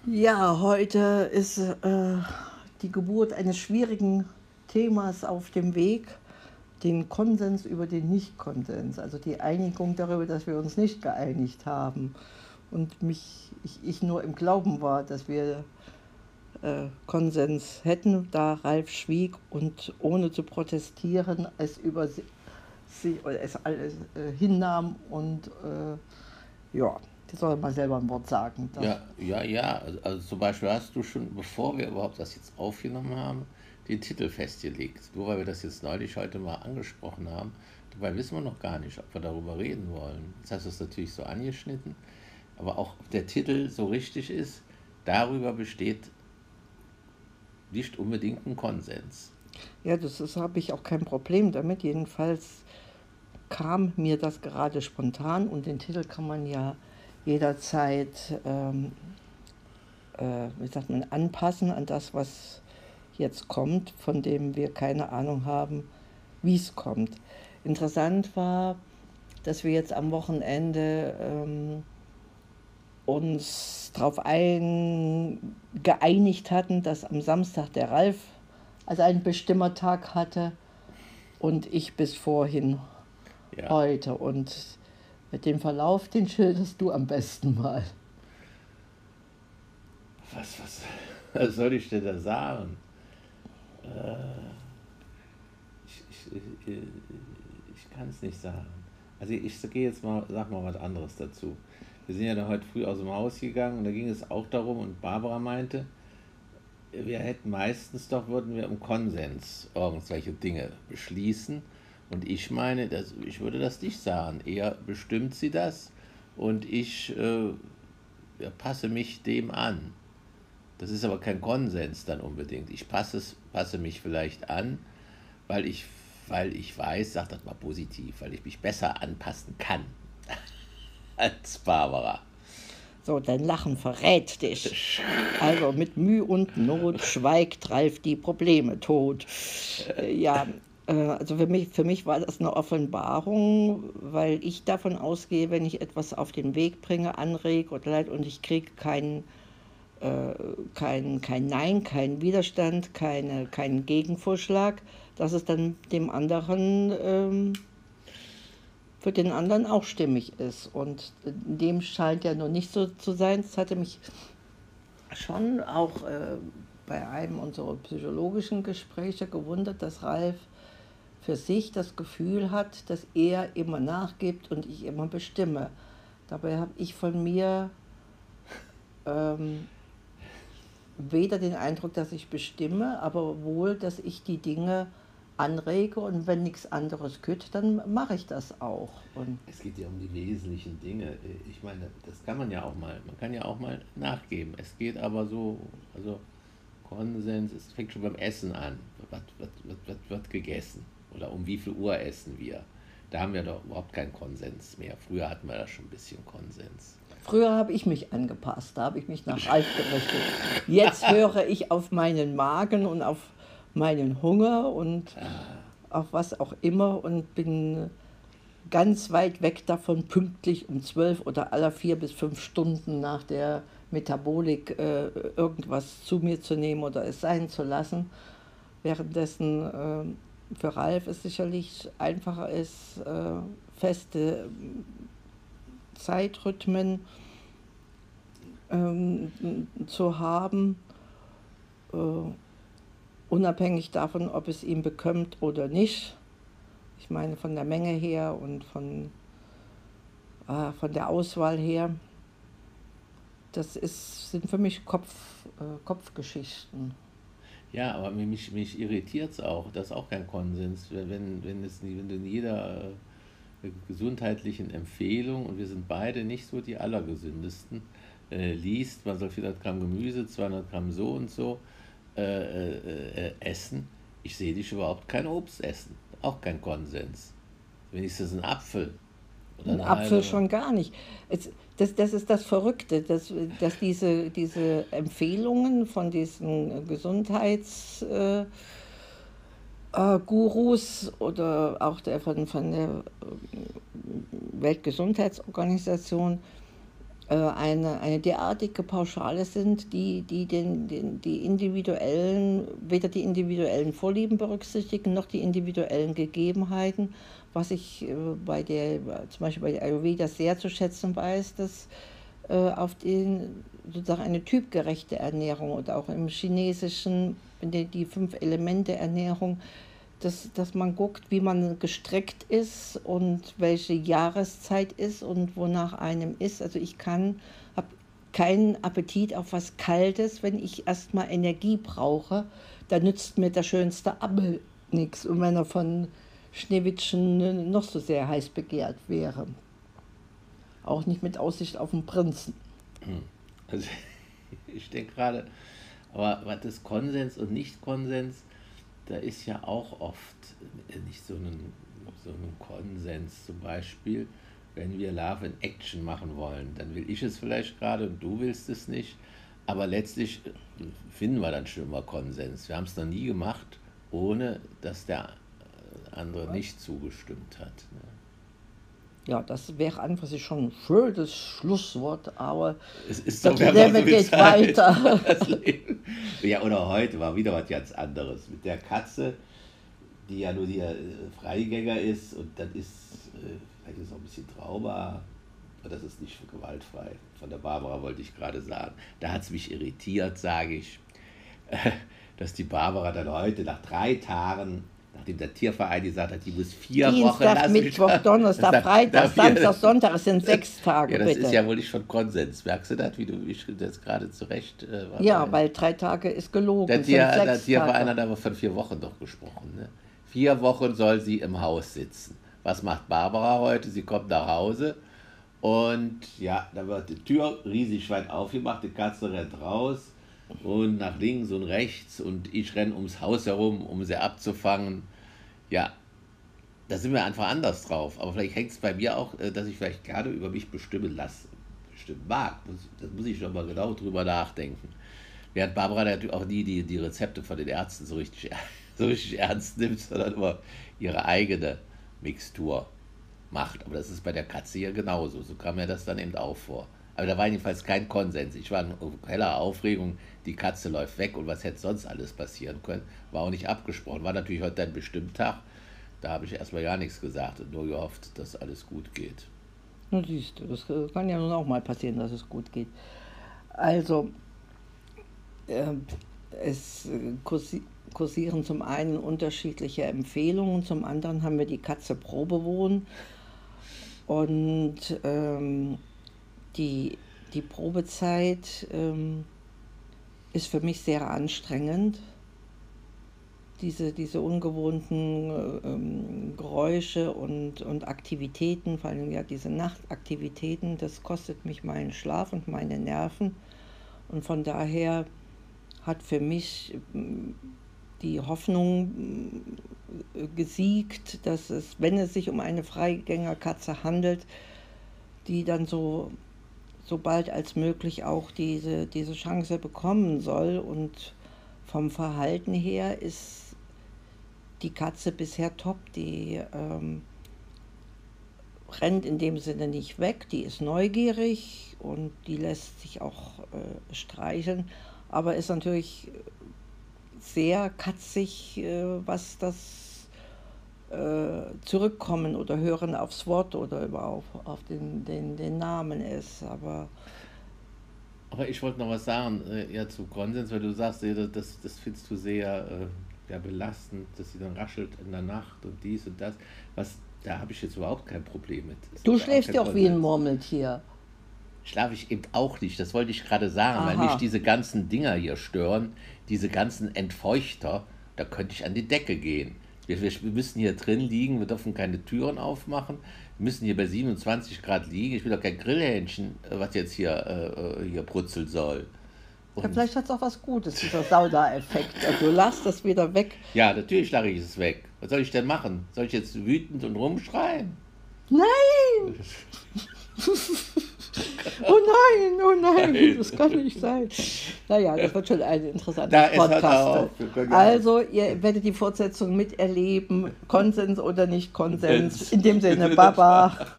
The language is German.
Ja, heute ist die Geburt eines schwierigen Themas auf dem Weg, den Konsens über den Nicht-Konsens, also die Einigung darüber, dass wir uns nicht geeinigt haben. Und ich nur im Glauben war, dass wir Konsens hätten, da Ralf schwieg und ohne zu protestieren es über sie oder es alles hinnahm und ja, das soll er mal selber ein Wort sagen. Das, Ja, ja, ja. Also zum Beispiel hast du schon, bevor wir überhaupt das jetzt aufgenommen haben, den Titel festgelegt. Nur weil wir das jetzt neulich heute mal angesprochen haben. Dabei wissen wir noch gar nicht, ob wir darüber reden wollen. Jetzt hast du es natürlich so angeschnitten. Aber auch ob der Titel so richtig ist, darüber besteht nicht unbedingt ein Konsens. ja, habe ich auch kein Problem damit. Jedenfalls kam mir das gerade spontan und den Titel kann man ja jederzeit, wie sagt man, anpassen an das, was jetzt kommt, von dem wir keine Ahnung haben, wie es kommt. Interessant war, dass wir jetzt am Wochenende uns darauf geeinigt hatten, dass am Samstag der Ralf also einen Bestimmertag hatte und ich bis vorhin Ja, heute. Und mit dem Verlauf, den schilderst du am besten mal. was, was soll ich denn da sagen? Äh, ich ich, ich kann es nicht sagen. Also ich gehe jetzt mal, sag mal was anderes dazu. Wir sind ja da heute früh aus dem Haus gegangen und da ging es auch darum und Barbara meinte, wir hätten meistens doch, würden wir im Konsens irgendwelche Dinge beschließen. Und ich meine, ich würde das nicht sagen. Eher bestimmt sie das und ich ja, passe mich dem an. Das ist aber kein Konsens dann unbedingt. Passe mich vielleicht an, weil ich, weil ich weiß, sag das mal positiv, weil ich mich besser anpassen kann als Barbara. So, dein Lachen verrät dich. Also mit Mühe und Not schweigt Ralf die Probleme tot. Ja, also für mich war das eine Offenbarung, weil ich davon ausgehe, wenn ich etwas auf den Weg bringe, anrege oder leid und ich kriege kein Nein, keinen Widerstand, keinen Gegenvorschlag, dass es dann für den anderen auch stimmig ist. Und dem scheint ja noch nicht so zu sein. Das hatte mich schon auch bei einem unserer psychologischen Gespräche gewundert, dass Ralf für sich das Gefühl hat, dass er immer nachgibt und ich immer bestimme. Dabei habe ich von mir ähm, weder den Eindruck, dass ich bestimme, aber wohl, dass ich die Dinge anrege und wenn nichts anderes geht, dann mache ich das auch. Und Es geht ja um die wesentlichen Dinge. Ich meine, das kann man ja auch mal, man kann ja auch mal nachgeben. Es geht aber so, also Konsens, es fängt schon beim Essen an. Was wird gegessen? Oder um wie viel Uhr essen wir? Da haben wir doch überhaupt keinen Konsens mehr. Früher hatten wir da schon ein bisschen Konsens. früher habe ich mich angepasst, da habe ich mich nach Ralf gerichtet. Jetzt höre ich auf meinen Magen und auf meinen Hunger und auf was auch immer und bin ganz weit weg davon, pünktlich um 12 oder aller 4 bis 5 Stunden nach der Metabolik irgendwas zu mir zu nehmen oder es sein zu lassen. Währenddessen für Ralf es sicherlich einfacher ist, feste Zeitrhythmen zu haben, äh, unabhängig davon, ob es ihn bekömmt oder nicht. Ich meine von der Menge her und von der Auswahl her. Sind für mich Kopfgeschichten. Ja, aber mich irritiert es auch. Das ist auch kein Konsens. Wenn du in jeder gesundheitlichen Empfehlung, und wir sind beide nicht so die allergesündesten, liest, man soll 400 Gramm Gemüse, 200 Gramm so und so essen. Ich sehe dich überhaupt kein Obst essen. Auch kein Konsens. Wenigstens ein Apfel oder Ein eine Apfel halbe. schon gar nicht. Das ist das Verrückte, dass diese Empfehlungen von diesen Gesundheitsgurus oder auch von der Weltgesundheitsorganisation eine derartige Pauschale sind, die individuellen, weder die individuellen Vorlieben berücksichtigen, noch die individuellen Gegebenheiten, was ich zum Beispiel bei der Ayurveda sehr zu schätzen weiß, dass auf sozusagen eine typgerechte Ernährung oder auch im Chinesischen die 5 Elemente Ernährung, dass man guckt, wie man gestreckt ist und welche Jahreszeit ist und wonach einem ist. Also habe keinen Appetit auf was Kaltes, wenn ich erstmal Energie brauche. Da nützt mir der schönste Apfel nichts. Und wenn er von Schneewittchen noch so sehr heiß begehrt wäre. Auch nicht mit Aussicht auf den Prinzen. Also ich denke gerade, aber was ist Konsens und Nicht-Konsens? Da ist ja auch oft nicht so ein Konsens. Zum Beispiel, wenn wir Love in Action machen wollen, dann will ich es vielleicht gerade und du willst es nicht. Aber letztlich finden wir dann schon immer Konsens. Wir haben es noch nie gemacht, ohne dass der andere nicht zugestimmt hat. Ne? Ja, das wäre an für sich schon ein schönes Schlusswort, aber Es ist das doch, wir haben noch so Leben viel geht Zeit. weiter. Das Leben. Ja, oder heute war wieder was ganz anderes. Mit der Katze, die ja nur die Freigänger ist und das ist, vielleicht ist es auch ein bisschen Trauma, aber das ist nicht gewaltfrei. Von der Barbara wollte ich gerade sagen. Da hat es mich irritiert, sage ich, dass die Barbara dann heute nach 3 Tagen, nachdem der Tierverein gesagt hat, die muss 4 Wochen Dienstag, lassen. Mittwoch, Donnerstag, Freitag, Samstag, Sonntag, es sind 6 Tage, Ja, das ist bitte. ja wohl nicht von Konsens. Merkst du das, wie du mich das gerade zurecht Ja, weil 3 Tage ist gelogen, der, es sind der 6 Tierverein hat Tage. aber von 4 Wochen doch gesprochen. Ne? 4 Wochen soll sie im Haus sitzen. Was macht Barbara heute? Sie kommt nach Hause und ja, da wird die Tür riesig weit aufgemacht, die Katze rennt raus und nach links und rechts und ich renne ums Haus herum, um sie abzufangen. Ja, da sind wir einfach anders drauf. Aber vielleicht hängt es bei mir auch, dass ich vielleicht gerne über mich bestimmen lasse. Bestimmen mag. Das muss ich schon mal genau drüber nachdenken. Während Barbara natürlich auch nie die Rezepte von den Ärzten so richtig, so richtig ernst nimmt, sondern immer ihre eigene Mixtur macht. Aber das ist bei der Katze hier genauso. So kam mir das dann eben auch vor. Aber da war jedenfalls kein Konsens. Ich war in heller Aufregung, die Katze läuft weg und was hätte sonst alles passieren können. War auch nicht abgesprochen. War natürlich heute ein bestimmter Tag. Da habe ich erstmal gar nichts gesagt und nur gehofft, dass alles gut geht. Na siehst du, das kann ja nun auch mal passieren, dass es gut geht. Also, äh, es kursieren zum einen unterschiedliche Empfehlungen, zum anderen haben wir die Katze Probewohnen und die Probezeit ist für mich sehr anstrengend. Diese ungewohnten Geräusche und Aktivitäten, vor allem ja diese Nachtaktivitäten, das kostet mich meinen Schlaf und meine Nerven. Und von daher hat für mich die Hoffnung gesiegt, dass es, wenn es sich um eine Freigängerkatze handelt, die dann so bald als möglich auch diese Chance bekommen soll. Und vom Verhalten her ist die Katze bisher top, die rennt in dem Sinne nicht weg, die ist neugierig und die lässt sich auch streicheln, aber ist natürlich sehr katzig, was das Zurückkommen oder Hören aufs Wort oder überhaupt auf den Namen ist. Aber ich wollte noch was sagen, ja, zu Konsens, weil du sagst, das findest du sehr ja, belastend, dass sie dann raschelt in der Nacht und dies und das. Da habe ich jetzt überhaupt kein Problem mit. du schläfst ja auch wie ein Murmeltier. Schlafe ich eben auch nicht, das wollte ich gerade sagen, weil mich Aha. diese ganzen Dinger hier stören, diese ganzen Entfeuchter, da könnte ich an die Decke gehen. Wir müssen hier drin liegen, wir dürfen keine Türen aufmachen, wir müssen hier bei 27 Grad liegen. Ich will doch kein Grillhähnchen, was jetzt hier brutzeln soll. Ja, Und vielleicht hat es auch was Gutes, dieser Sauda-Effekt. Also lass das wieder weg. ja, natürlich lache ich es weg. Was soll ich denn machen? Soll ich jetzt wütend und rumschreien? Nein! Oh nein, das kann nicht sein. Naja, das wird schon ein interessantes Da ist er Podcast. auf. Wir können ja Also, ihr werdet die Fortsetzung miterleben. Konsens oder nicht Konsens. In dem Sinne, Baba.